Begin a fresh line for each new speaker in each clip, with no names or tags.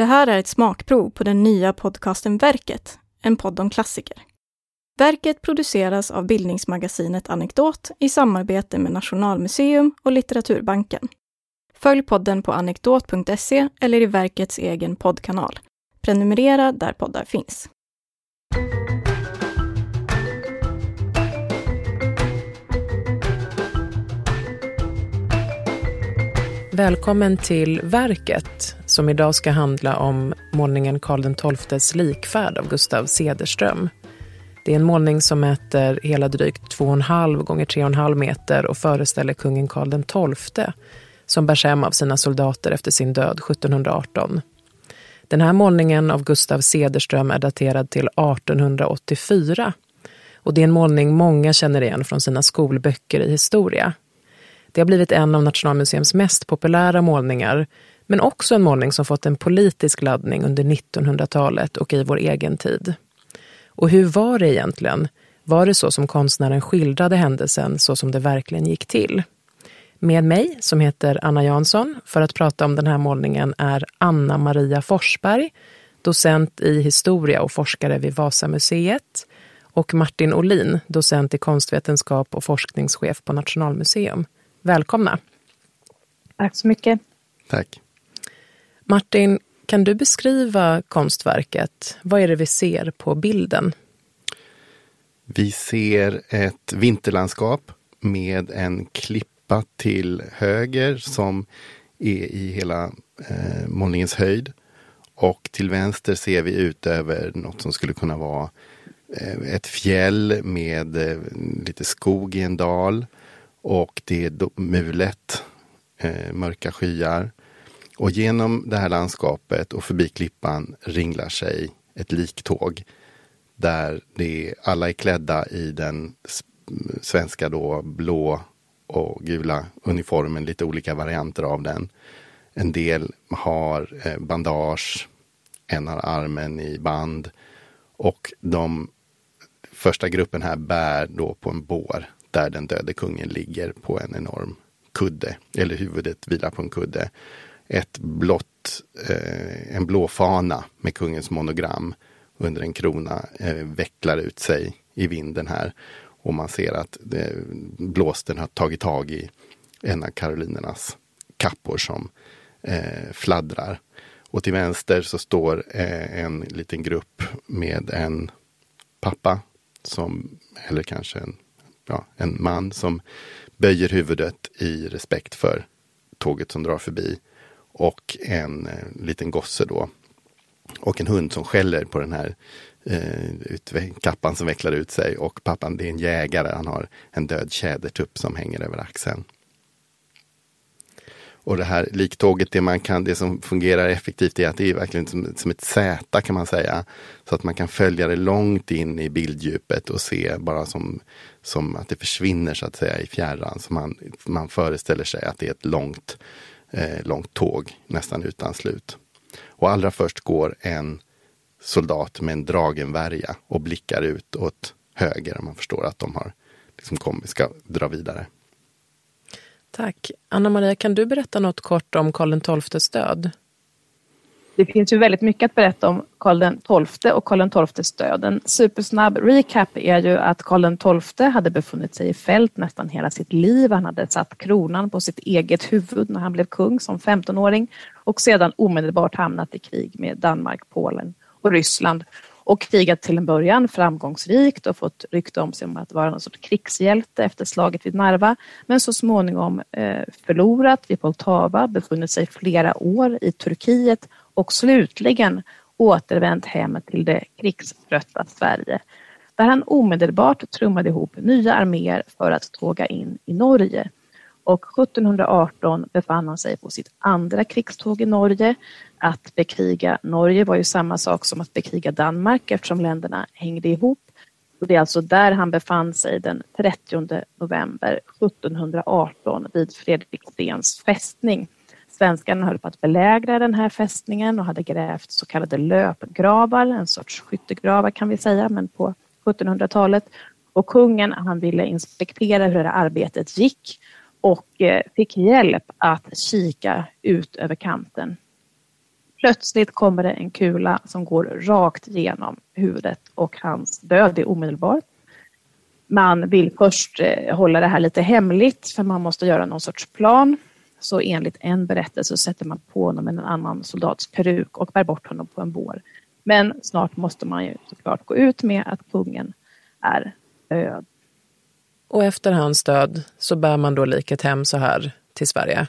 Det här är ett smakprov på den nya podcasten Verket, en podd om klassiker. Verket produceras av bildningsmagasinet Anekdot i samarbete med Nationalmuseum och Litteraturbanken. Följ podden på anekdot.se eller i Verkets egen poddkanal. Prenumerera där poddar finns.
Välkommen till Verket, som idag ska handla om målningen Karl XII:s likfärd av Gustav Cederström. Det är en målning som mäter hela drygt 2,5 gånger 3,5 meter och föreställer kungen Karl XII som bärs hem av sina soldater efter sin död 1718. Den här målningen av Gustav Cederström är daterad till 1884 och det är en målning många känner igen från sina skolböcker i historia. Det har blivit en av Nationalmuseums mest populära målningar, men också en målning som fått en politisk laddning under 1900-talet och i vår egen tid. Och hur var det egentligen? Var det så som konstnären skildrade händelsen så som det verkligen gick till? Med mig, som heter Anna Jansson, för att prata om den här målningen är Anna Maria Forsberg, docent i historia och forskare vid Vasamuseet, och Martin Olin, docent i konstvetenskap och forskningschef på Nationalmuseum. Välkomna.
Tack så mycket.
Tack.
Martin, kan du beskriva konstverket? Vad är det vi ser på bilden?
Vi ser ett vinterlandskap med en klippa till höger som är i hela målningens höjd. Och till vänster ser vi ut över något som skulle kunna vara ett fjäll med lite skog i en dal. Och det är mulet, mörka skyar. Och genom det här landskapet och förbi klippan ringlar sig ett liktåg. Där alla är klädda i den svenska då blå och gula uniformen. Lite olika varianter av den. En del har bandage, en har armen i band. Och första gruppen här bär då på en bår. Där den döde kungen ligger på en enorm kudde. Eller huvudet vilar på en kudde. En blå fana med kungens monogram under en krona vecklar ut sig i vinden här. Och man ser att blåsten har tagit tag i en av karolinernas kappor som fladdrar. Och till vänster så står en liten grupp med en pappa eller kanske en man som böjer huvudet i respekt för tåget som drar förbi. Och en liten gosse då. Och en hund som skäller på den här kappan som vecklar ut sig. Och pappan, det är en jägare. Han har en död tjädertupp som hänger över axeln. Och det här liktåget, det som fungerar effektivt är att det är verkligen som ett Z kan man säga. Så att man kan följa det långt in i bilddjupet och se bara som att det försvinner så att säga i fjärran. Så man föreställer sig att det är ett långt tåg nästan utan slut. Och allra först går en soldat med en dragen värja och blickar ut åt höger. Och man förstår att de har ska dra vidare.
Tack. Anna-Maria, kan du berätta något kort om Karl XII:s död?
Det finns ju väldigt mycket att berätta om Karl XII och Karl XII:s död. En supersnabb recap är ju att Karl XII hade befunnit sig i fält nästan hela sitt liv. Han hade satt kronan på sitt eget huvud när han blev kung som 15-åring och sedan omedelbart hamnat i krig med Danmark, Polen och Ryssland. Och krigat till en början framgångsrikt och fått rykte om sig om att vara någon sorts krigshjälte efter slaget vid Narva. Men så småningom förlorat vid Poltava, befunnit sig flera år i Turkiet och slutligen återvänt hem till det krigströtta Sverige. Där han omedelbart trummade ihop nya arméer för att tåga in i Norge. Och 1718 befann han sig på sitt andra krigståg i Norge. Att bekriga Norge var ju samma sak som att bekriga Danmark eftersom länderna hängde ihop. Och det är alltså där han befann sig den 30 november 1718 vid Fredrikstens fästning. Svenskarna höll på att belägra den här fästningen och hade grävt så kallade löpgravar, en sorts skyttegravar kan vi säga, men på 1700-talet. Och kungen, han ville inspektera hur det här arbetet gick och fick hjälp att kika ut över kanten. Plötsligt kommer det en kula som går rakt genom huvudet och hans död är omedelbar. Man vill först hålla det här lite hemligt för man måste göra någon sorts plan. Så enligt en berättelse sätter man på honom en annan soldats peruk och bär bort honom på en bår. Men snart måste man ju såklart gå ut med att kungen är död.
Och efter hans död så bär man då liket hem så här till Sverige.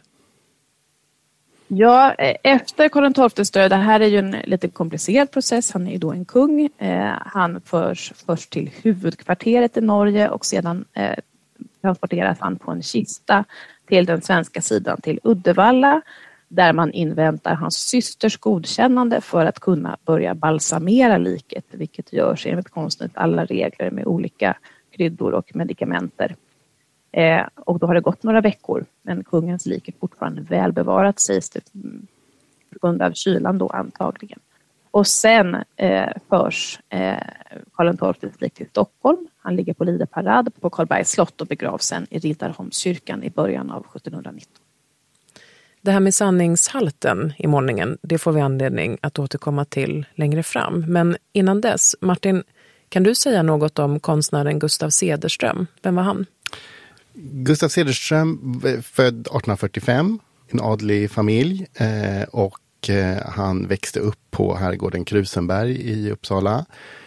Ja, efter Karl XII:s död, det här är ju en lite komplicerad process. Han är ju då en kung. Han förs först till huvudkvarteret i Norge och sedan transporteras han på en kista till den svenska sidan till Uddevalla där man inväntar hans systers godkännande för att kunna börja balsamera liket, vilket görs enligt konstnärt alla regler med olika kryddor och medikamenter. Och då har det gått några veckor, men kungens lik är fortfarande välbevarat, sägs det, på grund av kylan då antagligen. Och sen förs Karl XII:s lik till Stockholm. Han ligger på Lideparad på Karlbergs slott och begravs sen i Riddarholmskyrkan i början av 1719.
Det här med sanningshalten i målningen, det får vi anledning att återkomma till längre fram. Men innan dess, Martin, kan du säga något om konstnären Gustav Cederström? Vem var han?
Gustav Cederström född 1845 i en adlig familj och han växte upp på herrgården Krusenberg i Uppsala.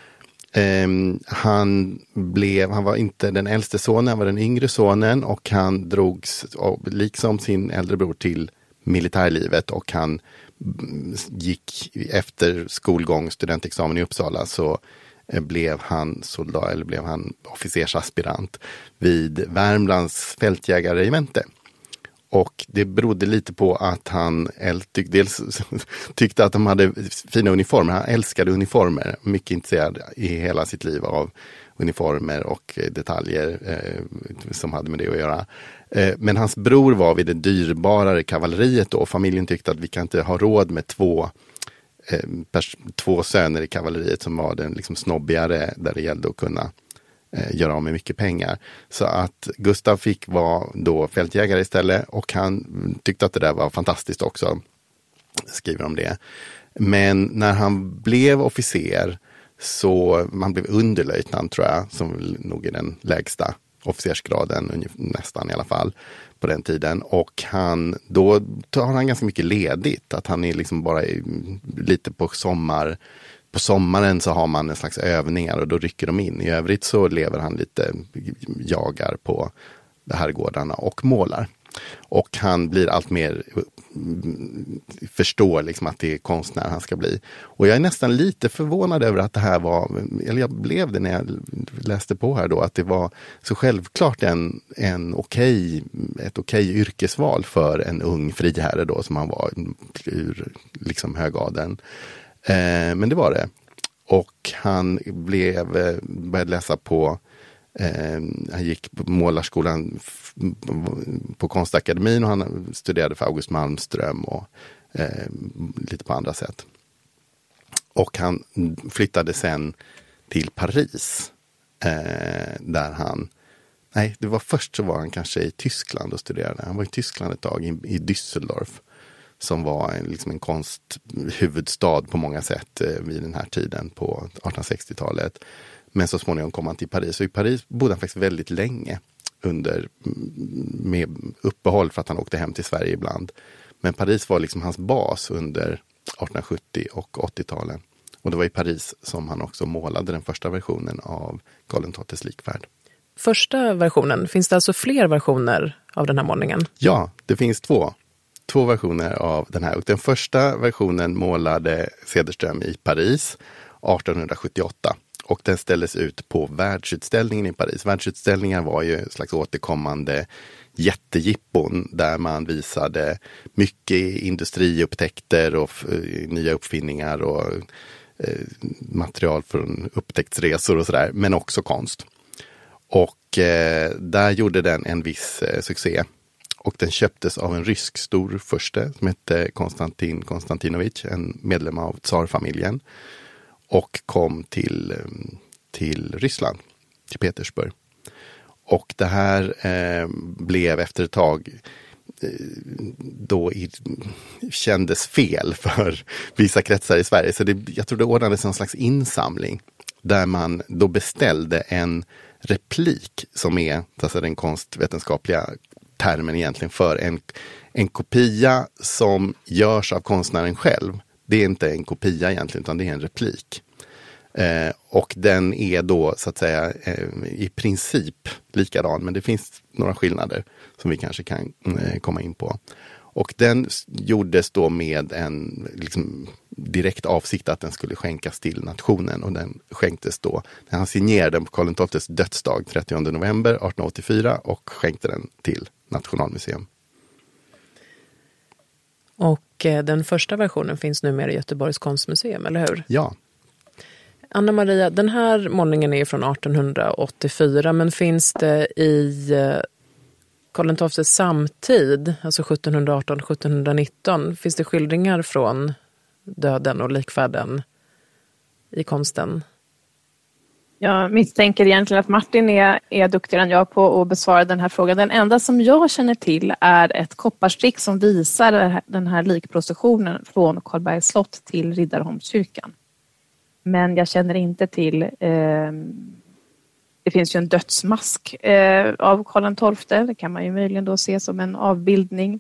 Han var inte den äldste sonen, han var den yngre sonen och han drogs liksom sin äldre bror till militärlivet och han gick efter skolgång, studentexamen i Uppsala så blev han soldat eller blev han officersaspirant vid Värmlands fältjägarregemente. Och det berodde lite på att han dels tyckte att de hade fina uniformer. Han älskade uniformer, mycket intresserad i hela sitt liv av uniformer och detaljer som hade med det att göra. Men hans bror var vid det dyrbarare kavalleriet då. Familjen tyckte att vi kan inte ha råd med två söner i kavalleriet som var den liksom snobbigare där det gällde att kunna göra av med mycket pengar. Så att Gustav fick vara då fältjägare istället och han tyckte att det där var fantastiskt också. Skriver om det. Men när han blev officer så man blev underlöjtnant tror jag som nog är den lägsta officersgraden nästan i alla fall på den tiden och då tar han ganska mycket ledigt att han är liksom bara lite på sommaren så har man en slags övningar och då rycker de in. I övrigt så lever han lite, jagar på herrgårdarna och målar. Och han blir allt mer förstår liksom att det är konstnär han ska bli. Och jag är nästan lite förvånad över att det här var, eller jag blev det när jag läste på här då, att det var så självklart ett okej yrkesval för en ung friherre då som han var ur liksom högadeln. Men det var det. Och han började läsa på han gick på målarskolan på konstakademin och han studerade för August Malmström och lite på andra sätt. Och han flyttade sen till Paris först så var han kanske i Tyskland och studerade. Han var i Tyskland ett tag i Düsseldorf som var liksom en konsthuvudstad på många sätt vid den här tiden på 1860-talet. Men så småningom kom han till Paris. Och i Paris bodde han faktiskt väldigt länge med uppehåll för att han åkte hem till Sverige ibland. Men Paris var liksom hans bas under 1870 och 80-talen. Och det var i Paris som han också målade den första versionen av Karl XII:s likfärd.
Första versionen, finns det alltså fler versioner av den här målningen?
Ja, det finns två versioner av den här. Och den första versionen målade Cederström i Paris 1878. Och den ställdes ut på världsutställningen i Paris. Världsutställningar var ju en slags återkommande jättejippon där man visade mycket industriupptäckter och nya uppfinningar och material från upptäcktsresor och sådär. Men också konst. Och där gjorde den en viss succé. Och den köptes av en rysk stor furste som hette Konstantin Konstantinovich, en medlem av tsarfamiljen. Och kom till Ryssland, till Petersburg. Och det här blev efter ett tag då kändes fel för vissa kretsar i Sverige. Så jag tror det ordnades en slags insamling där man då beställde en replik som är alltså den konstvetenskapliga termen egentligen för en kopia som görs av konstnären själv. Det är inte en kopia egentligen utan det är en replik. Och den är då så att säga i princip likadan, men det finns några skillnader som vi kanske kan komma in på. Och den gjordes då med en liksom, direkt avsikt att den skulle skänkas till nationen, och den skänktes då, han signerade den på Karl XII:s dödsdag 30 november 1884 och skänkte den till Nationalmuseum.
Och den första versionen finns numera i Göteborgs konstmuseum, eller hur?
Ja.
Anna-Maria, den här målningen är från 1884, men finns det i Karl XII:s samtid, alltså 1718-1719, finns det skildringar från döden och likfärden i konsten?
Jag misstänker egentligen att Martin är duktigare än jag på att besvara den här frågan. Den enda som jag känner till är ett kopparstick som visar den här likprocessionen från Karlbergs slott till Riddarholmskyrkan. Men jag känner inte till, det finns ju en dödsmask av Karl XII, det kan man ju möjligen då se som en avbildning.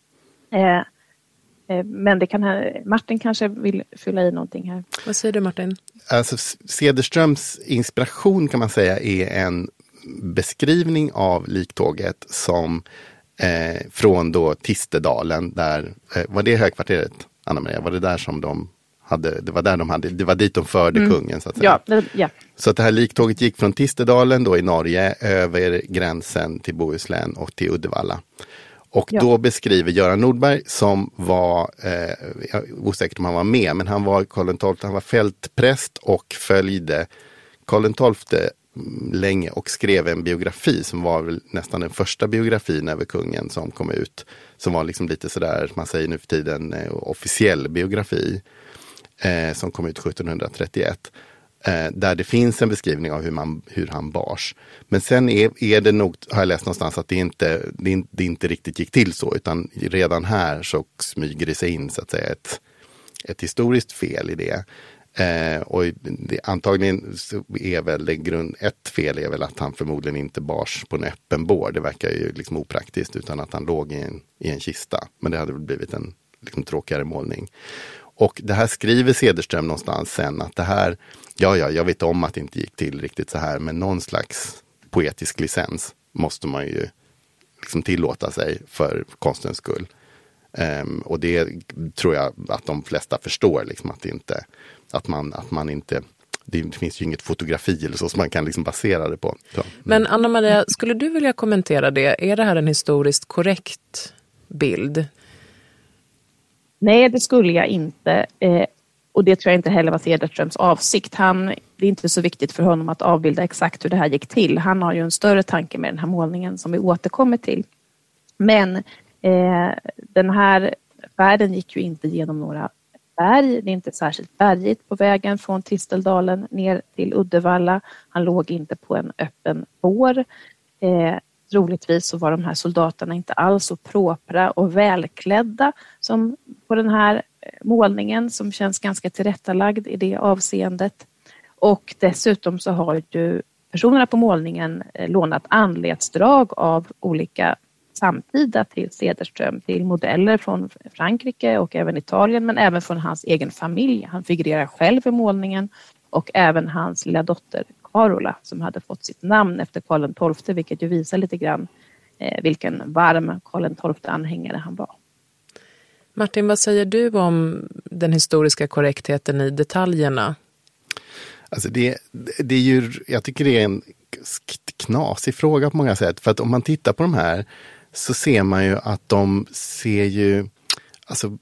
Men det kan Martin kanske vill fylla i någonting här.
Vad säger du, Martin?
Alltså Cederströms inspiration kan man säga är en beskrivning av liktåget som från då Tistedalen, där var det högkvarteret, Anna-Maria, var det där som de hade, det var dit de förde kungen så att säga.
Ja.
Så att det här liktåget gick från Tistedalen då i Norge över gränsen till Bohuslän och till Uddevalla. Och då beskriver Göran Nordberg, som var, jag är osäker om han var med, men han var Karl XII, han var fältpräst och följde Karl XII länge och skrev en biografi som var väl nästan den första biografin över kungen som kom ut. Som var liksom lite sådär, man säger nu för tiden, officiell biografi som kom ut 1731. Där det finns en beskrivning av hur han bars. Men sen är det nog, har jag läst någonstans, att det inte riktigt gick till så, utan redan här så smyger det sig in så att säga ett historiskt fel i det. Och antagligen så är väl ett fel är väl att han förmodligen inte bars på en öppen bår. Det verkar ju liksom opraktiskt, utan att han låg i en kista. Men det hade väl blivit en liksom tråkigare målning. Och det här skriver Cederström någonstans sen, att det här, jag vet om att det inte gick till riktigt så här, men någon slags poetisk licens måste man ju liksom tillåta sig för konstens skull. Och det tror jag att de flesta förstår, liksom, att man inte, det finns ju inget fotografi eller så som man kan liksom basera det på. Så.
Men Anna-Maria, skulle du vilja kommentera det? Är det här en historiskt korrekt bild?
Nej, det skulle jag inte. Och det tror jag inte heller var Cederströms avsikt. Det är inte så viktigt för honom att avbilda exakt hur det här gick till. Han har ju en större tanke med den här målningen som vi återkommer till. Men den här färden gick ju inte genom några berg. Det är inte särskilt bergigt på vägen från Tistedalen ner till Uddevalla. Han låg inte på en öppen bår. Troligtvis så var de här soldaterna inte alls så propra och välklädda som på den här målningen, som känns ganska tillrättalagd i det avseendet. Och dessutom så har ju personerna på målningen lånat anletsdrag av olika samtida till Cederström, till modeller från Frankrike och även Italien, men även från hans egen familj. Han figurerar själv i målningen, och även hans lilla dotter Carola, som hade fått sitt namn efter Karl XII, vilket ju visar lite grann vilken varm Karl XII-anhängare han var.
Martin, vad säger du om den historiska korrektheten i detaljerna?
Alltså det är ju, jag tycker det är en knasig fråga på många sätt. För att om man tittar på de här så ser man ju att de ser ju, alltså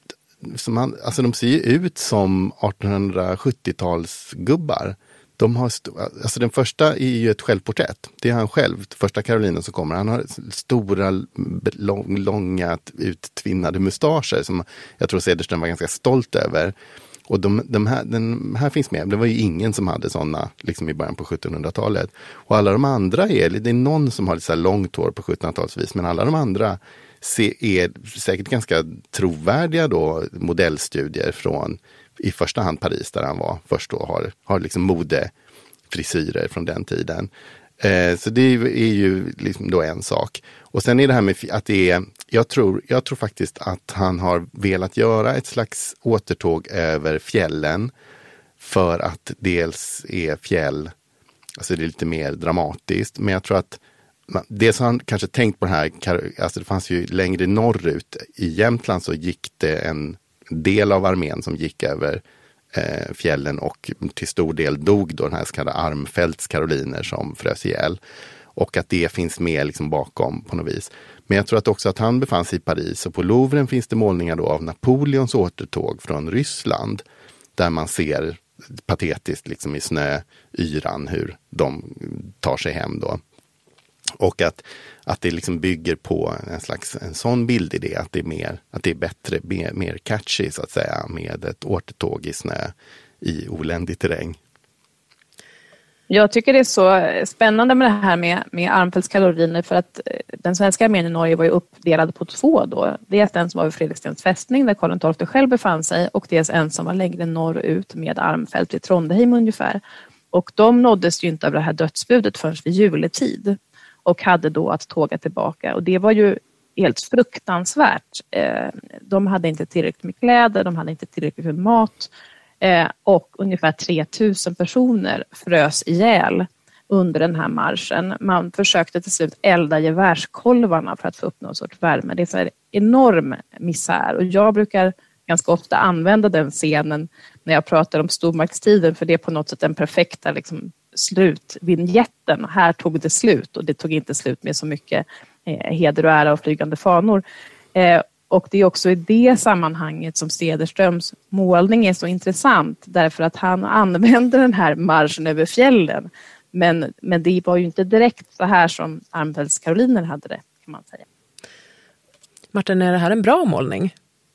de ser ju ut som 1870-talsgubbar. De har alltså den första är ju ett självporträtt. Det är han själv, första Karolinen som kommer. Han har stora, långa, uttvinnade mustascher som jag tror Cederström var ganska stolt över. Och den här finns med. Det var ju ingen som hade sådana liksom i början på 1700-talet. Och alla de andra det är någon som har lite så här långt hår på 1700-talsvis, men alla de andra är säkert ganska trovärdiga då modellstudier från i första hand Paris där han var först då, har liksom modefrisyrer från den tiden. Så det är ju liksom då en sak. Och sen är det här med att det är, jag tror faktiskt att han har velat göra ett slags återtåg över fjällen för att dels är fjäll, alltså det är lite mer dramatiskt, men jag tror att det som han kanske tänkt på det här, alltså det fanns ju längre norrut i Jämtland så gick det en del av armén som gick över fjällen och till stor del dog då den här så kallade Armfeldts karoliner som frös ihjäl. Och att det finns med liksom bakom på något vis. Men jag tror att också att han befann sig i Paris och på Louvren finns det målningar då av Napoleons återtåg från Ryssland där man ser patetiskt liksom i snöyran hur de tar sig hem då. Och att det liksom bygger på en sån bildidé att det är bättre, mer catchy så att säga med ett återtåg i snö i oländig terräng.
Jag tycker det är så spännande med det här med Armfeldts karoliner för att den svenska armén i Norge var ju uppdelad på två då. Dels den som var vid Fredrikstens fästning där Karl XII själv befann sig och dels en som var längre norrut med Armfeldt i Trondheim ungefär. Och de nåddes ju inte av det här dödsbudet förrän vid juletid och hade då att tåga tillbaka. Och det var ju helt fruktansvärt. De hade inte tillräckligt med kläder, de hade inte tillräckligt med mat. Och ungefär 3000 personer frös ihjäl under den här marschen. Man försökte till slut elda gevärskolvarna för att få upp någon sorts värme. Det är så här enorm misär. Och jag brukar ganska ofta använda den scenen när jag pratar om stormaktstiden för det är på något sätt den perfekta liksom, slutvinjetten. Här tog det slut och det tog inte slut med så mycket heder och ära och flygande fanor. Och det är också i det sammanhanget som Cederströms målning är så intressant därför att han använder den här marschen över fjällen. Men det var ju inte direkt så här som Armfeldts karoliner hade det, kan man säga.
Martin, är det här en bra målning?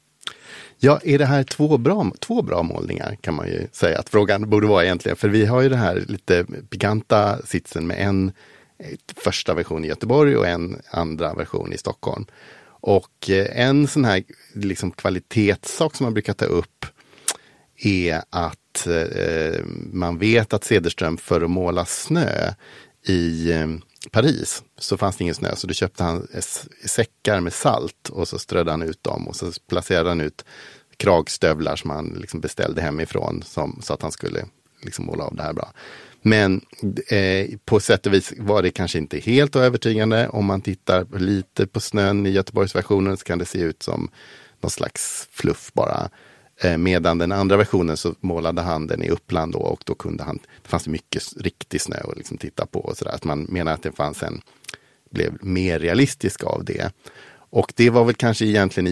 Ja, är det här två bra målningar kan man ju säga att frågan borde vara egentligen. För vi har ju det här lite pikanta sitsen med en första version i Göteborg och en andra version i Stockholm. Och en sån här liksom kvalitetssak som man brukar ta upp är att man vet att Cederström för att måla snö i Paris så fanns det ingen snö så då köpte han säckar med salt och så strödde han ut dem och så placerade han ut kragstövlar som han liksom beställde hemifrån så att han skulle liksom måla av det här bra. Men på sätt och vis var det kanske inte helt övertygande. Om man tittar lite på snön i Göteborgsversionen så kan det se ut som någon slags fluff bara. Medan den andra versionen så målade han den i Uppland då, och då kunde han, det fanns mycket riktig snö att liksom titta på och sådär. Att man menar att det blev mer realistisk av det. Och det var väl kanske egentligen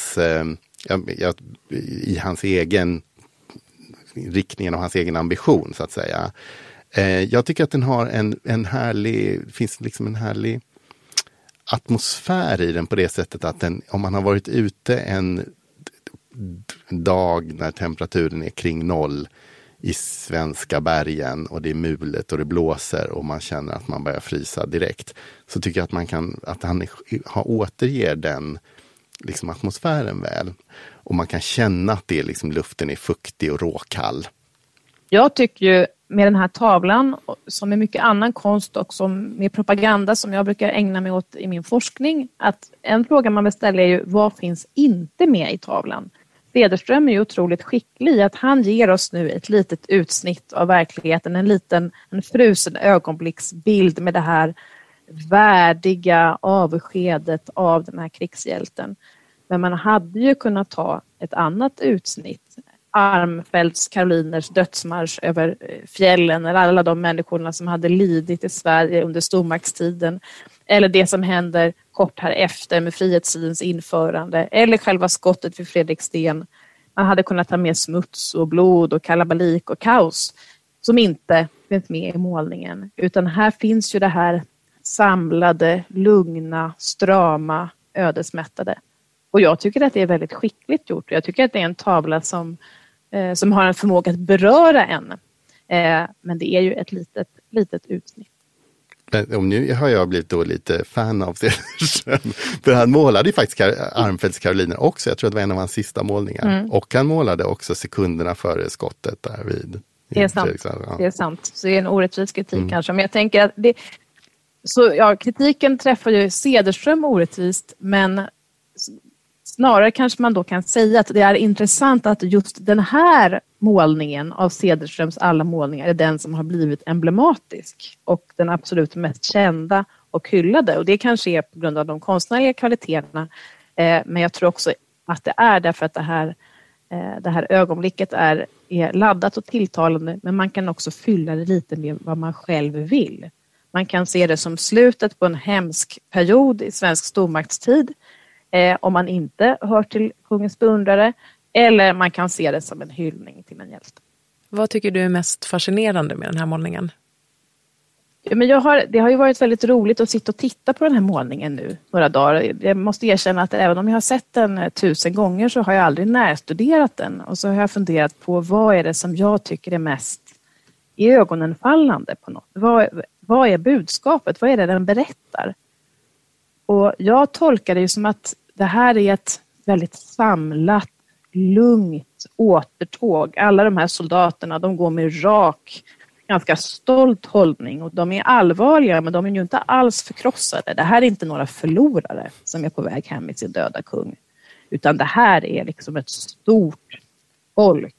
i hans egen riktningen och hans egen ambition så att säga. Jag tycker att den har finns liksom en härlig atmosfär i den på det sättet att om man har varit ute en dag när temperaturen är kring 0 i svenska bergen och det är mulet och det blåser och man känner att man börjar frysa direkt, så tycker jag att han återger den liksom atmosfären väl. Och man kan känna att det liksom, luften är fuktig och råkall.
Jag tycker ju med den här tavlan, som är mycket annan konst och som med propaganda som jag brukar ägna mig åt i min forskning, att en fråga man vill ställa är ju, vad finns inte med i tavlan? Cederström är ju otroligt skicklig i att han ger oss nu ett litet utsnitt av verkligheten, en frusen ögonblicksbild med det här värdiga avskedet av den här krigshjälten. Men man hade ju kunnat ta ett annat utsnitt. Armfeldts karoliners dödsmarsch över fjällen, eller alla de människorna som hade lidit i Sverige under stormaktstiden. Eller det som händer kort här efter med frihetstidens införande. Eller själva skottet vid Fredriksten. Man hade kunnat ta med smuts och blod och kalabalik och kaos som inte finns med i målningen. Utan här finns ju det här samlade, lugna, strama, ödesmättade. Och jag tycker att det är väldigt skickligt gjort. Jag tycker att det är en tavla som har en förmåga att beröra en. Men det är ju ett litet utsnitt.
Och nu har jag blivit då lite fan av Cederström. För han målade ju faktiskt Armfeldts Karoliner också. Jag tror att det var en av hans sista målningar. Och han målade också sekunderna före skottet där vid.
Det är sant. Det är sant. Så det är en orättvis kritik kanske. Men jag tänker att kritiken träffar ju Cederström orättvist, men snarare kanske man då kan säga att det är intressant att just den här målningen av Cederströms alla målningar är den som har blivit emblematisk och den absolut mest kända och hyllade. Och det kanske är på grund av de konstnärliga kvaliteterna, men jag tror också att det är därför att det här ögonblicket är laddat och tilltalande, men man kan också fylla det lite med vad man själv vill. Man kan se det som slutet på en hemsk period i svensk stormaktstid, om man inte hör till kungens beundrare, eller man kan se det som en hyllning till en hjälte.
Vad tycker du är mest fascinerande med den här målningen?
Ja, men det har ju varit väldigt roligt att sitta och titta på den här målningen nu några dagar. Jag måste erkänna att även om jag har sett den 1000 gånger så har jag aldrig närstuderat den. Och så har jag funderat på vad är det som jag tycker är mest i ögonen fallande på något. Vad är budskapet? Vad är det den berättar? Och jag tolkar det ju som att det här är ett väldigt samlat, lugnt återtåg. Alla de här soldaterna, de går med rak, ganska stolt hållning och de är allvarliga, men de är ju inte alls förkrossade. Det här är inte några förlorare som är på väg hem med sin döda kung, utan det här är liksom ett stort folk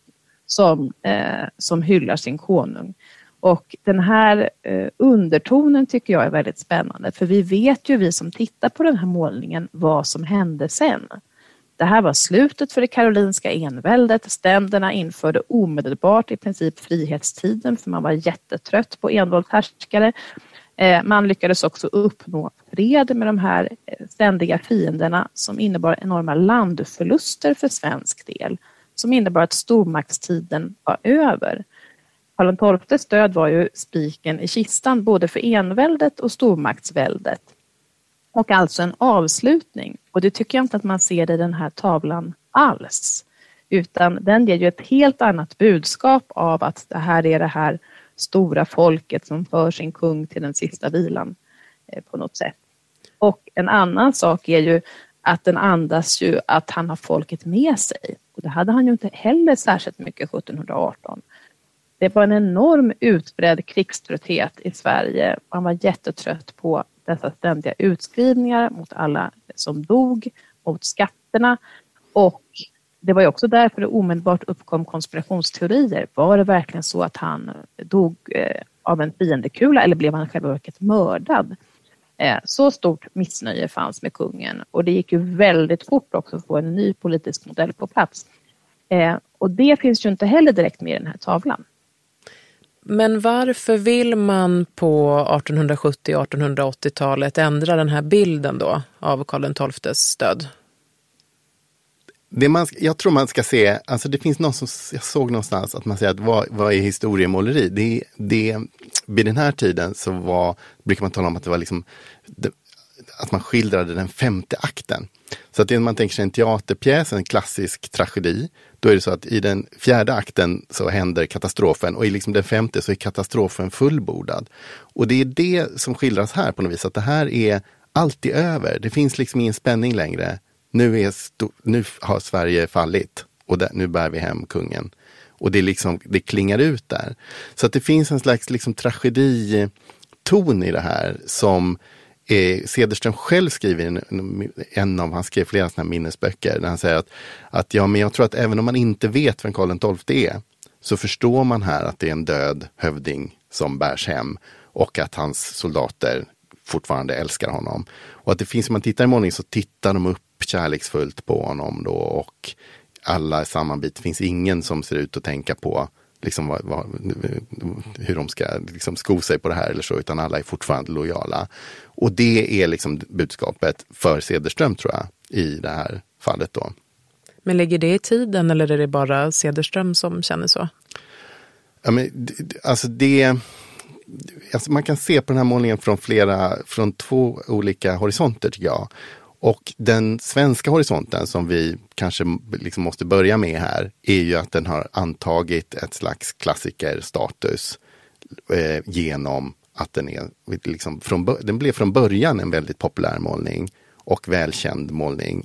som hyllar sin konung. Och den här undertonen tycker jag är väldigt spännande, för vi vet ju, vi som tittar på den här målningen, vad som hände sen. Det här var slutet för det karolinska enväldet. Ständerna införde omedelbart i princip frihetstiden, för man var jättetrött på envåldshärskare. Man lyckades också uppnå fred med de här ständiga fienderna, som innebar enorma landförluster för svensk del, som innebar att stormaktstiden var över. Karl XII:s död var ju spiken i kistan både för enväldet och stormaktsväldet. Och alltså en avslutning. Och det tycker jag inte att man ser i den här tavlan alls. Utan den ger ju ett helt annat budskap av att det här är det här stora folket som för sin kung till den sista vilan på något sätt. Och en annan sak är ju att den andas ju att han har folket med sig. Och det hade han ju inte heller särskilt mycket 1718. Det var en enorm utbredd krigströtthet i Sverige. Man var jättetrött på dessa ständiga utskrivningar mot alla som dog, mot skatterna. Och det var ju också därför det omedelbart uppkom konspirationsteorier. Var det verkligen så att han dog av en fiendekula, eller blev han själva verket mördad? Så stort missnöje fanns med kungen. Och det gick ju väldigt fort också att få en ny politisk modell på plats. Och det finns ju inte heller direkt med i den här tavlan.
Men varför vill man på 1870- och 1880-talet ändra den här bilden då av Karl XII:s död?
Jag tror man ska se, alltså det finns någon som jag såg någonstans att man säger att vad är historiemåleri? Vid den här tiden så brukar man tala om att det var liksom att man skildrade den 5:e akten. Så att när man tänker sig en teaterpjäs, en klassisk tragedi, då är det så att i den 4:e akten så händer katastrofen, och i liksom den 5:e så är katastrofen fullbordad. Och det är det som skildras här på något vis, att det här är alltid över. Det finns liksom ingen spänning längre. Nu har Sverige fallit och nu bär vi hem kungen. Och det klingar ut där. Så att det finns en slags liksom tragediton i det här som Cederström själv skriver han skrev flera sådana här minnesböcker där han säger att men jag tror att även om man inte vet vem Karl XII är, så förstår man här att det är en död hövding som bärs hem och att hans soldater fortfarande älskar honom. Och att det finns, om man tittar i målningen så tittar de upp kärleksfullt på honom då, och alla sammanbit, det finns ingen som ser ut att tänka på liksom hur de ska liksom sko sig på det här eller så, utan alla är fortfarande lojala. Och det är liksom budskapet för Cederström, tror jag, i det här fallet då.
Men ligger det i tiden, eller är det bara Cederström som känner så?
Ja, men alltså man kan se på den här målningen från 2 olika horisonter, tycker jag. Och den svenska horisonten som vi kanske liksom måste börja med här är ju att den har antagit ett slags klassikerstatus genom att den är liksom den blev från början en väldigt populär målning och välkänd målning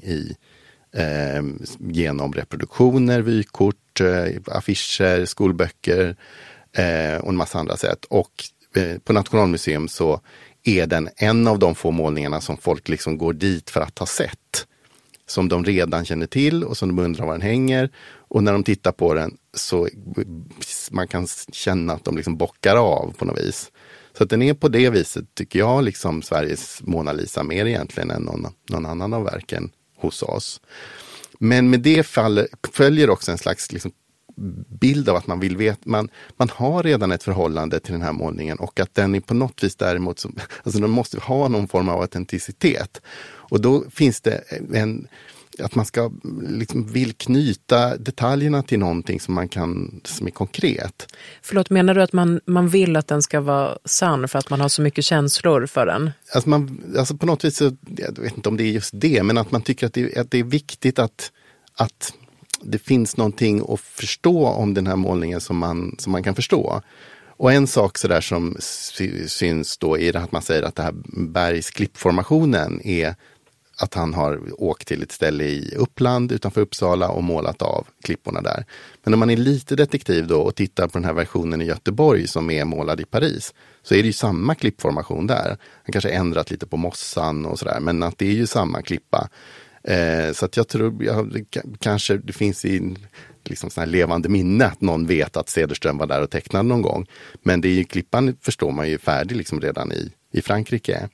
genom reproduktioner, vykort, affischer, skolböcker och en massa andra sätt. Och på Nationalmuseum så är den en av de få målningarna som folk liksom går dit för att ha sett. Som de redan känner till och som de undrar var den hänger. Och när de tittar på den så man kan känna att de liksom bockar av på något vis. Så att den är på det viset, tycker jag, liksom Sveriges Mona Lisa mer egentligen än någon annan av verken hos oss. Men med det följer också en slags liksom bild av att man vill veta, man har redan ett förhållande till den här målningen och att den är på något vis däremot, alltså den måste ha någon form av autenticitet. Och då finns det att man ska liksom vill knyta detaljerna till någonting som är konkret.
Förlåt, menar du att man vill att den ska vara sann för att man har så mycket känslor för den?
Alltså på något vis, så, jag vet inte om det är just det, men att man tycker att det är viktigt att det finns någonting att förstå om den här målningen som man kan förstå. Och en sak så där som syns då är att man säger att det här bergsklippformationen är att han har åkt till ett ställe i Uppland utanför Uppsala och målat av klipporna där. Men om man är lite detektiv då och tittar på den här versionen i Göteborg som är målad i Paris, så är det ju samma klippformation där. Han kanske har ändrat lite på mossan och sådär, men att det är ju samma klippa. Så att jag tror, kanske det finns i liksom sån här levande minne att någon vet att Cederström var där och tecknade någon gång. Men det är ju, klippan förstår man ju färdig liksom redan i Frankrike.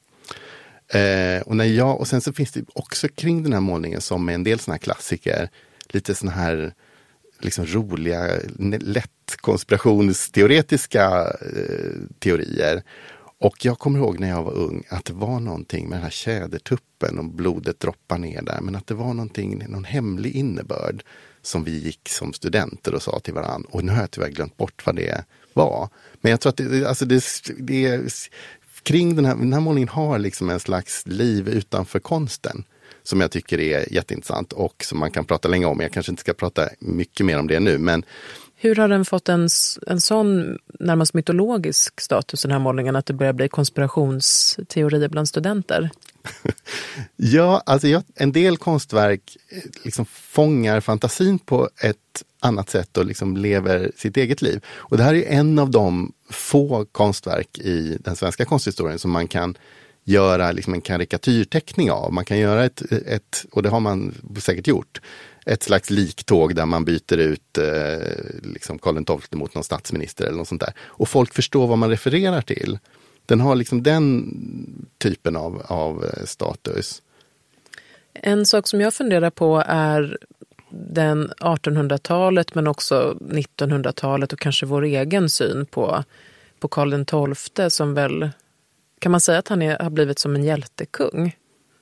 Och sen så finns det också kring den här målningen som en del såna här klassiker, lite såna här liksom roliga, lätt konspirationsteoretiska teorier. Och jag kommer ihåg när jag var ung att det var någonting med den här tjädertuppen och blodet droppar ner där. Men att det var någon hemlig innebörd som vi gick som studenter och sa till varandra. Och nu har jag tyvärr glömt bort vad det var. Men jag tror att det är kring den här målningen har liksom en slags liv utanför konsten. Som jag tycker är jätteintressant och som man kan prata länge om. Jag kanske inte ska prata mycket mer om det nu, men
hur har den fått en sån närmast mytologisk status, den här målningen, att det börjar bli konspirationsteorier bland studenter?
Ja, alltså en del konstverk liksom fångar fantasin på ett annat sätt och liksom lever sitt eget liv. Och det här är en av de få konstverk i den svenska konsthistorien som man kan göra liksom en karikatyrteckning av. Man kan göra ett och det har man säkert gjort, ett slags liktåg där man byter ut liksom Karl XII mot någon statsminister eller något sånt där. Och folk förstår vad man refererar till. Den har liksom den typen av status. En
sak som jag funderar på är den 1800-talet men också 1900-talet och kanske vår egen syn på Karl XII som väl, kan man säga att han har blivit som en hjältekung?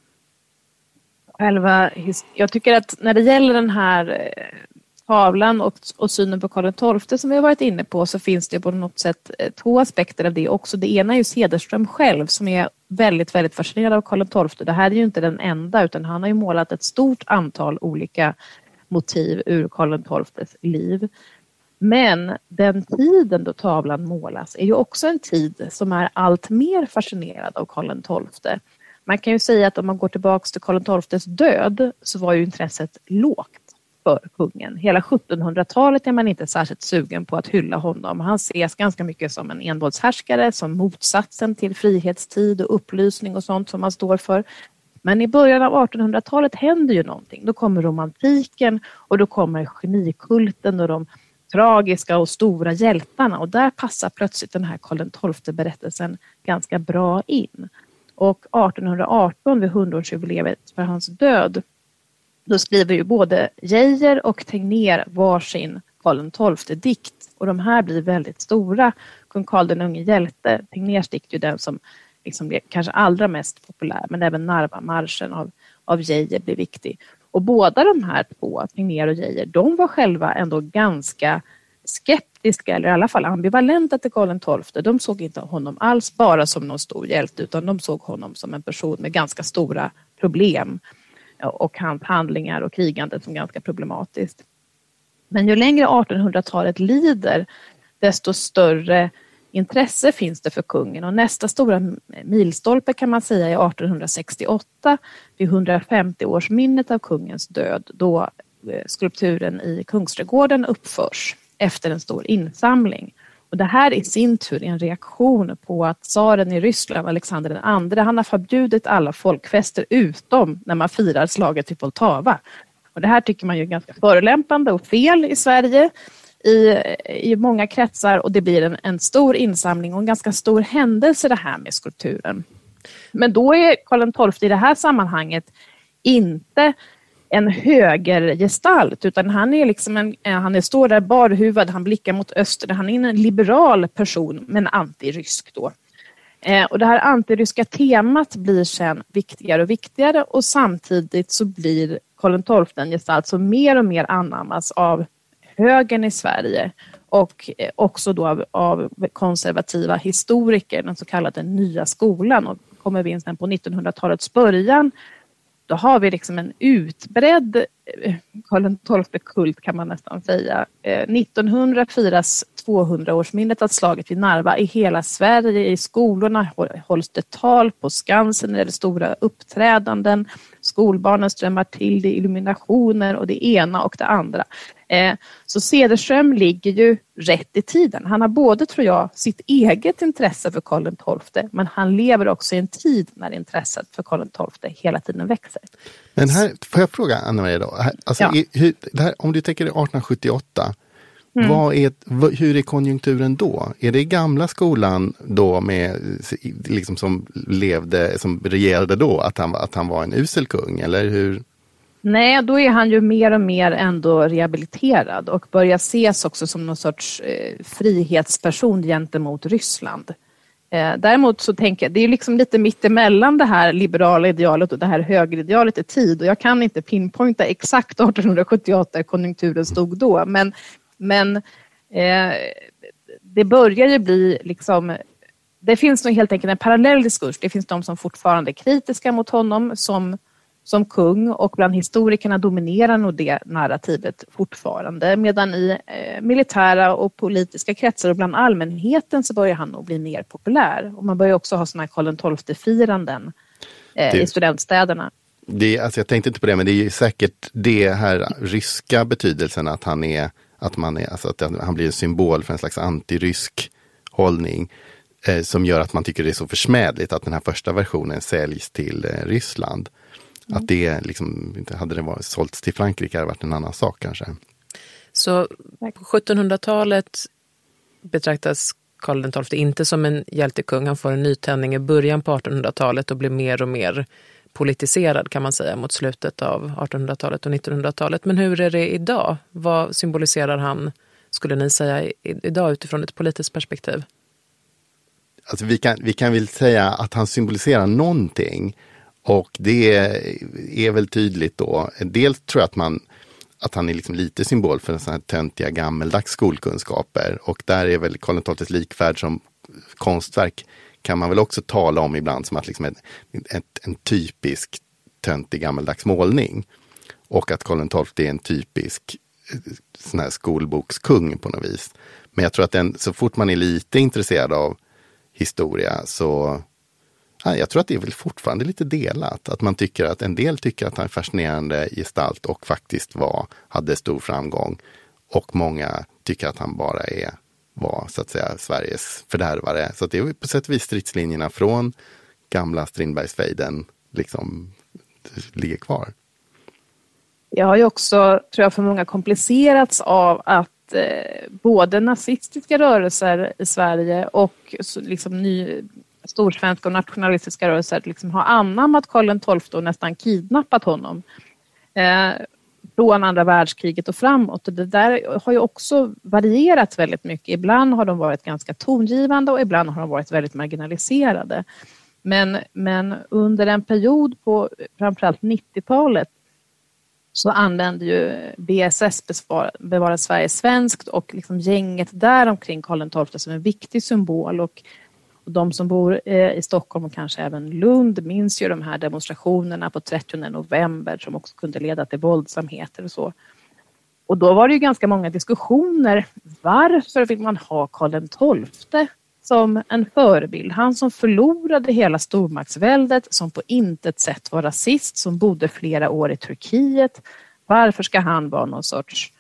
Jag tycker att när det gäller den här tavlan och synen på Karl XII som vi har varit inne på, så finns det på något sätt två aspekter av det också. Det ena är ju Cederström själv som är väldigt, väldigt fascinerad av Karl XII. Det här är ju inte den enda, utan han har ju målat ett stort antal olika motiv ur Karl XIIs liv. Men den tiden då tavlan målas är ju också en tid som är allt mer fascinerad av Karl XII. Man kan ju säga att om man går tillbaka till Karl XIIs död så var ju intresset lågt för kungen. Hela 1700-talet är man inte särskilt sugen på att hylla honom. Han ses ganska mycket som en envåldshärskare, som motsatsen till frihetstid och upplysning och sånt som man står för. Men i början av 1800-talet händer ju någonting. Då kommer romantiken och då kommer genikulten och de tragiska och stora hjältarna. Och där passar plötsligt den här Karl XII-berättelsen ganska bra in. Och 1818 vid 100-årsjubileet för hans död, då skriver ju både Geijer och Tegnér varsin Karl XII-dikt. Och de här blir väldigt stora. Kung Karl den unge hjälte, Tegnérs dikt är ju den som liksom blev kanske allra mest populär. Men även Narvamarschen av Geijer blir viktig. Och båda de här två, Tegnér och Geijer, de var själva ändå ganska skeptiska, eller i alla fall ambivalenta till Karl XII. De såg inte honom alls bara som någon stor hjälte, utan de såg honom som en person med ganska stora problem och hans handlingar och krigandet som ganska problematiskt. Men ju längre 1800-talet lider, desto större intresse finns det för kungen, och nästa stora milstolpe kan man säga är 1868 vid 150-årsminnet av kungens död, då skulpturen i Kungsträdgården uppförs efter en stor insamling. Och det här i sin tur är en reaktion på att tsaren i Ryssland, Alexander II, han har förbjudit alla folkfester utom när man firar slaget i Poltava. Och det här tycker man ju är ganska förolämpande och fel i Sverige i många kretsar, och det blir en stor insamling och en ganska stor händelse det här med skulpturen. Men då är Karl XII i det här sammanhanget inte en högergestalt, utan han är liksom han står där barhuvad, han blickar mot öster, han är en liberal person men antirysk då. Och det här antiryska temat blir sen viktigare och viktigare, och samtidigt så blir Karl XII en gestalt som mer och mer anammas av högern i Sverige och också då av konservativa historiker, den så kallade nya skolan. Och kommer vi in sen på 1900-talets början, då har vi liksom en utbredd Karl XII-kult kan man nästan säga. 1900 firas 200-årsminnet av slaget vid Narva i hela Sverige. I skolorna hålls det tal, på Skansen är det stora uppträdanden. Skolbarnen strömmar till, det illuminationer och det ena och det andra. Så Cederström ligger ju rätt i tiden. Han har både, tror jag, sitt eget intresse för Karl XII, men han lever också i en tid när intresset för Karl XII hela tiden växer. Men
här får jag fråga Anna-Maria då. Alltså, ja. Det här, om du tänker 1878, hur är konjunkturen då? Är det gamla skolan då med, liksom som regerade då, att han var en usel kung, eller hur?
Nej, då är han ju mer och mer ändå rehabiliterad och börjar ses också som någon sorts frihetsperson gentemot Ryssland. Däremot så tänker jag, det är liksom lite mittemellan det här liberala idealet och det här högeridealet i tid, och jag kan inte pinpointa exakt 1878 konjunkturen stod då, men det börjar ju bli liksom, det finns nog helt enkelt en parallell diskurs. Det finns de som fortfarande är kritiska mot honom som kung, och bland historikerna dominerar nog det narrativet fortfarande, medan i militära och politiska kretsar och bland allmänheten så börjar han nog bli mer populär, och man börjar också ha såna här Karl XII-firanden i studentstäderna.
Alltså jag tänkte inte på det, men det är ju säkert det här ryska betydelsen att han blir en symbol för en slags antirysk hållning som gör att man tycker det är så försmädligt att den här första versionen säljs till Ryssland. Att det liksom, hade det varit sålts till Frankrike hade det varit en annan sak kanske.
Så på 1700-talet betraktas Karl XII inte som en hjältekung. Han får en nytändning i början på 1800-talet och blir mer och mer politiserad kan man säga mot slutet av 1800-talet och 1900-talet. Men hur är det idag? Vad symboliserar han, skulle ni säga, idag utifrån ett politiskt perspektiv?
Alltså vi kan väl säga att han symboliserar någonting. Och det är väl tydligt då. Dels tror jag att han är liksom lite symbol för en sån här töntiga gammeldags skolkunskaper. Och där är väl Karl XIIs likfärd som konstverk kan man väl också tala om ibland som att liksom en typisk töntig gammeldags målning. Och att Karl XII är en typisk sån här skolbokskung på något vis. Men jag tror att så fort man är lite intresserad av historia så... Jag tror att det är väl fortfarande lite delat. Att man tycker att en del tycker att han är fascinerande gestalt och faktiskt hade stor framgång. Och många tycker att han bara var så att säga Sveriges fördärvare. Så att det är på sätt och vis stridslinjerna från gamla Strindbergsfejden liksom ligger kvar.
Jag har ju också, tror jag, för många komplicerats av att både nazistiska rörelser i Sverige och liksom storsvenska och nationalistiska rörelser liksom har anammat Karl XII och nästan kidnappat honom från andra världskriget och framåt. Och det där har ju också varierat väldigt mycket. Ibland har de varit ganska tongivande och ibland har de varit väldigt marginaliserade. Men under en period på framförallt 90-talet så använde ju BSS, Bevara Sverige svenskt, och liksom gänget där omkring Karl XII som en viktig symbol. Och de som bor i Stockholm och kanske även Lund minns ju de här demonstrationerna på 30 november som också kunde leda till våldsamheter och så. Och då var det ju ganska många diskussioner. Varför vill man ha Karl XII som en förebild. Han som förlorade hela stormaktsväldet, som på intet sätt var rasist, som bodde flera år i Turkiet. Varför ska han vara någon sorts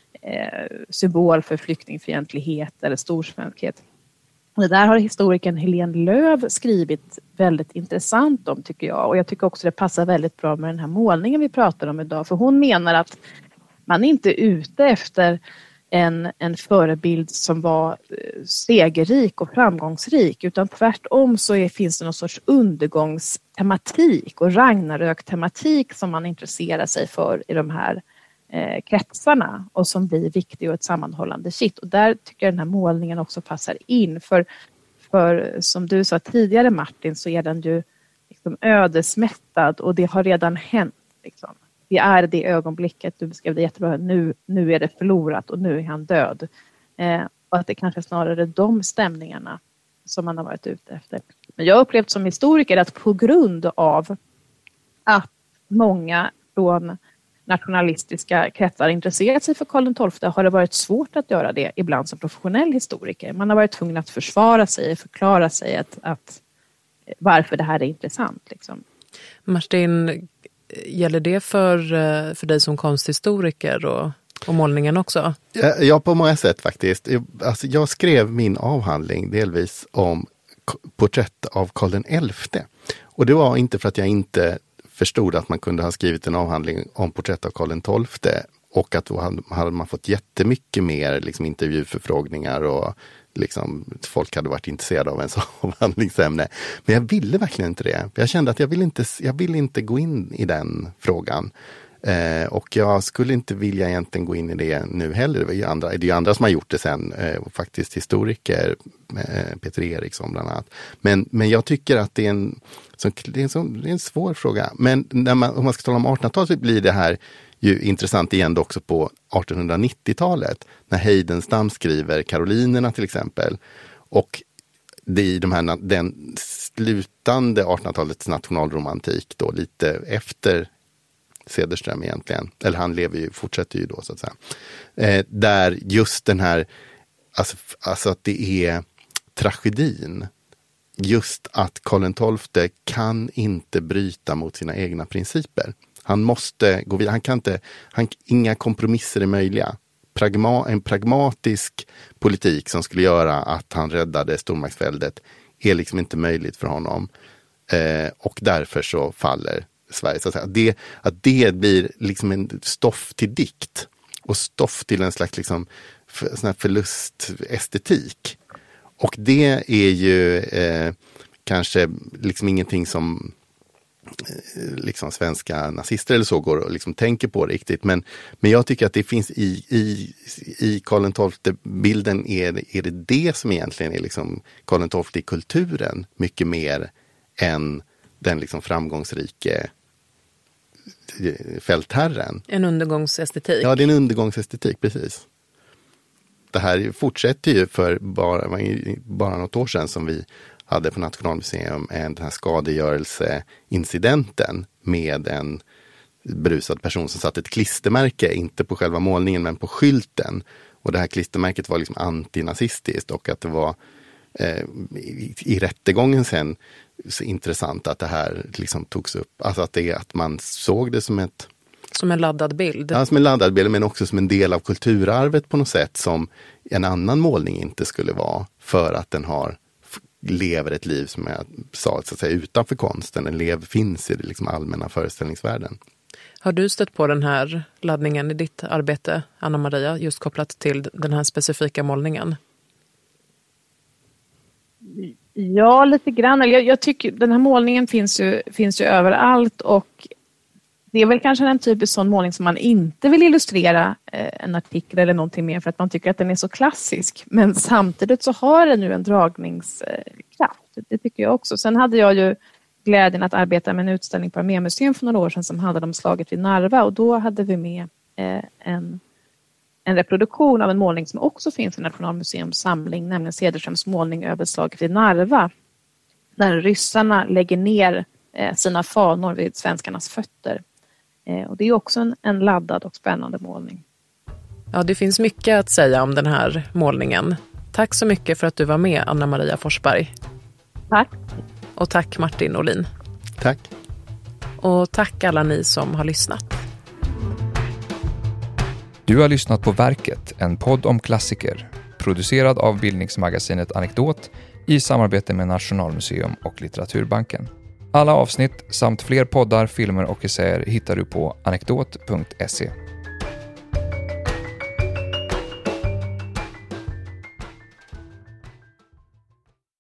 symbol för flyktingfientlighet eller storsvenskhet? Det där har historikern Helene Lööw skrivit väldigt intressant om, tycker jag. Och jag tycker också det passar väldigt bra med den här målningen vi pratar om idag. För hon menar att man är inte ute efter en förebild som var segerrik och framgångsrik, utan tvärtom så finns det någon sorts undergångstematik och Ragnarök-tematik som man intresserar sig för i de här kretsarna och som blir viktig och ett sammanhållande kitt. Och där tycker jag den här målningen också passar in, för som du sa tidigare Martin, så är den ju liksom ödesmättad och det har redan hänt liksom. Det är det ögonblicket, du beskrev det jättebra, nu är det förlorat och nu är han död. Och att det kanske snarare är de stämningarna som man har varit ute efter. Men jag har upplevt som historiker att på grund av att många från nationalistiska kretsar intresserat sig för Karl XII har det varit svårt att göra det ibland som professionell historiker. Man har varit tvungen att försvara sig, förklara sig att varför det här är intressant. Liksom.
Martin, gäller det för dig som konsthistoriker och målningen också?
Ja, på många sätt faktiskt. Alltså, jag skrev min avhandling delvis om porträtt av Karl XI. Och det var inte för att jag inte förstod att man kunde ha skrivit en avhandling om porträtt av Karl XII och att då hade man fått jättemycket mer liksom, intervjuförfrågningar och liksom, folk hade varit intresserade av en sån avhandlingsämne. Men jag ville verkligen inte det. Jag kände att jag ville inte gå in i den frågan. Och jag skulle inte vilja egentligen gå in i det nu heller. Det är ju andra som har gjort det sen. Och faktiskt historiker, Peter Eriksson bland annat. Men jag tycker att det är en svår fråga. Men om man ska tala om 1800-talet så blir det här ju intressant igen då också på 1890-talet. När Heidenstam skriver Karolinerna till exempel. Och det är den slutande 1800-talets nationalromantik då lite efter Cederström egentligen. Eller han fortsätter ju då så att säga. Där just den här, alltså att det är tragedin. Just att Karl XII kan inte bryta mot sina egna principer. Han måste gå vidare. Han kan inte, inga kompromisser är möjliga. En pragmatisk politik som skulle göra att han räddade stormaktsväldet är liksom inte möjligt för honom. Och därför så faller Sverige. Så att det blir liksom en stoff till dikt och stoff till en slags liksom sån här förlustestetik. Och det är ju kanske liksom ingenting som liksom svenska nazister eller så går och liksom tänker på riktigt. Men jag tycker att det finns i Karl XII-bilden är det som egentligen är liksom Karl XII i kulturen mycket mer än den liksom framgångsrike fältherren.
En undergångsestetik.
Ja, det är en undergångsestetik, precis. Det här fortsätter ju för bara något år sedan som vi hade på Nationalmuseum den här skadegörelseincidenten med en berusad person som satt ett klistermärke, inte på själva målningen men på skylten. Och det här klistermärket var liksom antinazistiskt och att det var i rättegången sen så intressant att det här liksom togs upp. Alltså att man såg det som
som en laddad bild. Ja,
som en laddad bild men också som en del av kulturarvet på något sätt som en annan målning inte skulle vara för att den lever ett liv som jag sa så att säga utanför konsten. Den finns i det liksom allmänna föreställningsvärlden.
Har du stött på den här laddningen i ditt arbete, Anna-Maria, just kopplat till den här specifika målningen?
Ja, lite grann. Jag tycker den här målningen finns ju överallt och det är väl kanske en typisk sån målning som man inte vill illustrera en artikel eller någonting mer för att man tycker att den är så klassisk. Men samtidigt så har den ju en dragningskraft. Det tycker jag också. Sen hade jag ju glädjen att arbeta med en utställning på Armémuseum för några år sedan som handlade om slaget vid Narva. Och då hade vi med en reproduktion av en målning som också finns i Nationalmuseums samling, nämligen Cederströms målning över slaget vid Narva. Där ryssarna lägger ner sina fanor vid svenskarnas fötter. Och det är också en laddad och spännande målning.
Ja, det finns mycket att säga om den här målningen. Tack så mycket för att du var med, Anna Maria Forsberg.
Tack.
Och tack Martin Olin.
Tack.
Och tack alla ni som har lyssnat.
Du har lyssnat på Verket, en podd om klassiker. Producerad av bildningsmagasinet Anekdot i samarbete med Nationalmuseum och Litteraturbanken. Alla avsnitt samt fler poddar, filmer och essäer hittar du på anekdot.se.